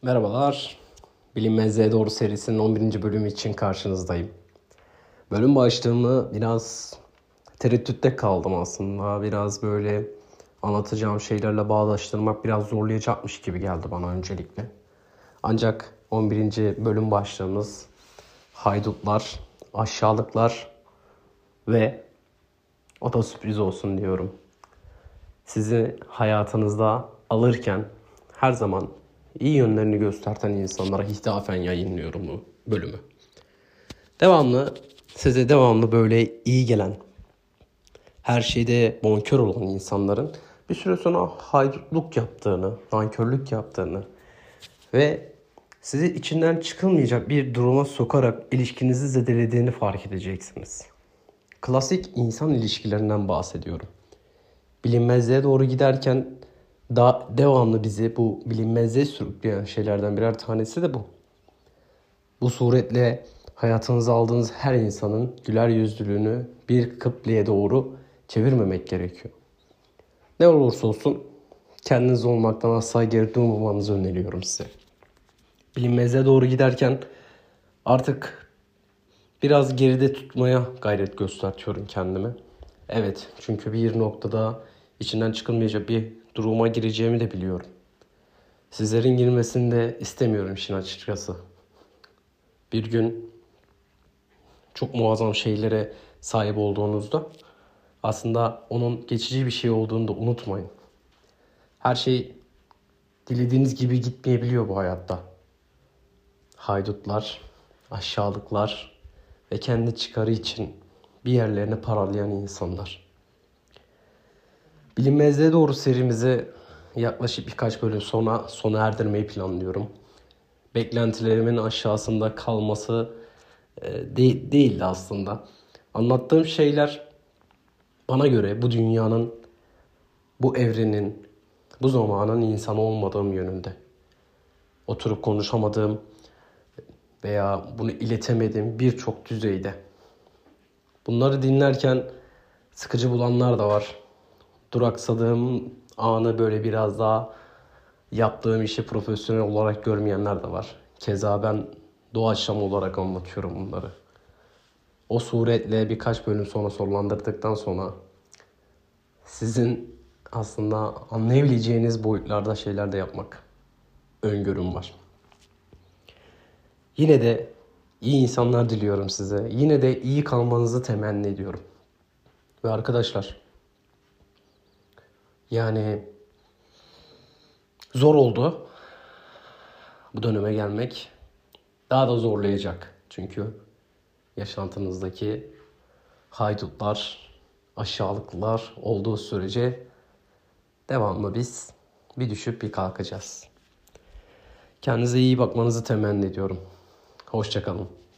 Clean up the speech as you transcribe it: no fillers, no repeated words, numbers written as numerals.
Merhabalar. Bilinmezliğe Doğru serisinin 11. bölümü için karşınızdayım. Bölüm başlığımı biraz tereddütte kaldım aslında. Biraz böyle anlatacağım şeylerle bağdaştırmak biraz zorlayacakmış gibi geldi bana öncelikle. Ancak 11. bölüm başlığımız haydutlar, aşağılıklar ve o da sürpriz olsun diyorum. Sizi hayatınızda alırken her zaman iyi yönlerini gösterten insanlara hitafen yayınlıyorum bu bölümü. Size devamlı böyle iyi gelen, her şeyde bonkör olan insanların bir süre sonra haydutluk yaptığını, nankörlük yaptığını ve sizi içinden çıkılmayacak bir duruma sokarak ilişkinizi zedelediğini fark edeceksiniz. Klasik insan ilişkilerinden bahsediyorum. Bilinmezliğe doğru giderken devamlı bizi bu bilinmezliğe sürükleyen şeylerden birer tanesi de bu. Bu suretle hayatınıza aldığınız her insanın güler yüzlülüğünü bir kıbleye doğru çevirmemek gerekiyor. Ne olursa olsun kendiniz olmaktan asla geri durmamanızı öneriyorum size. Bilinmezliğe doğru giderken artık biraz geride tutmaya gayret gösteriyorum kendimi. Evet, çünkü bir noktada içinden çıkılmayacak bir duruma gireceğimi de biliyorum. Sizlerin girmesini de istemiyorum işin açıkçası. Bir gün çok muazzam şeylere sahip olduğunuzda aslında onun geçici bir şey olduğunu da unutmayın. Her şey dilediğiniz gibi gitmeyebiliyor bu hayatta. Haydutlar, aşağılıklar ve kendi çıkarı için bir yerlerini paralayan insanlar. Bilinmezliğe Doğru serimizi yaklaşık birkaç bölüm sonra sona erdirmeyi planlıyorum. Beklentilerimin aşağısında kalması değildi aslında. Anlattığım şeyler bana göre bu dünyanın, bu evrenin, bu zamanın insanı olmadığım yönünde. Oturup konuşamadığım veya bunu iletemediğim birçok düzeyde. Bunları dinlerken sıkıcı bulanlar da var. Duraksadığım anı böyle biraz daha yaptığım işi profesyonel olarak görmeyenler de var. Keza ben doğaçlama olarak anlatıyorum bunları. O suretle birkaç bölüm sonra sonlandırdıktan sonra sizin aslında anlayabileceğiniz boyutlarda şeyler de yapmak öngörüm var. Yine de iyi insanlar diliyorum size. Yine de iyi kalmanızı temenni ediyorum. Ve arkadaşlar, yani zor oldu bu döneme gelmek. Daha da zorlayacak. Çünkü yaşantınızdaki haydutlar, aşağılıklar olduğu sürece devamlı biz bir düşüp bir kalkacağız. Kendinize iyi bakmanızı temenni ediyorum. Hoşça kalın.